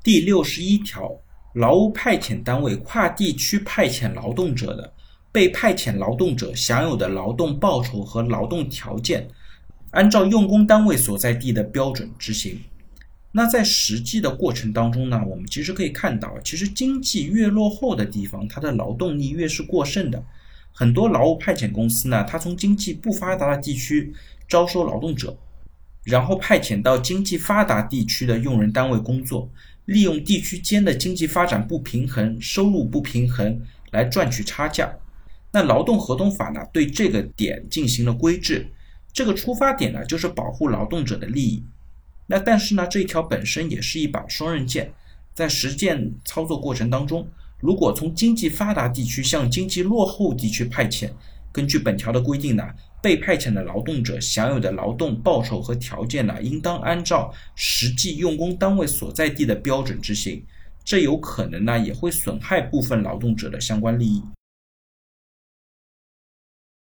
第61条，劳务派遣单位跨地区派遣劳动者的，被派遣劳动者享有的劳动报酬和劳动条件，按照用工单位所在地的标准执行。那在实际的过程当中呢，我们其实可以看到，其实经济越落后的地方，它的劳动力越是过剩的。很多劳务派遣公司呢，它从经济不发达的地区招收劳动者，然后派遣到经济发达地区的用人单位工作，利用地区间的经济发展不平衡、收入不平衡来赚取差价。那劳动合同法呢，对这个点进行了规制，这个出发点呢，就是保护劳动者的利益。那但是呢，这一条本身也是一把双刃剑，在实践操作过程当中，如果从经济发达地区向经济落后地区派遣，根据本条的规定呢，被派遣的劳动者享有的劳动报酬和条件呢，应当按照实际用工单位所在地的标准执行，这有可能呢，也会损害部分劳动者的相关利益。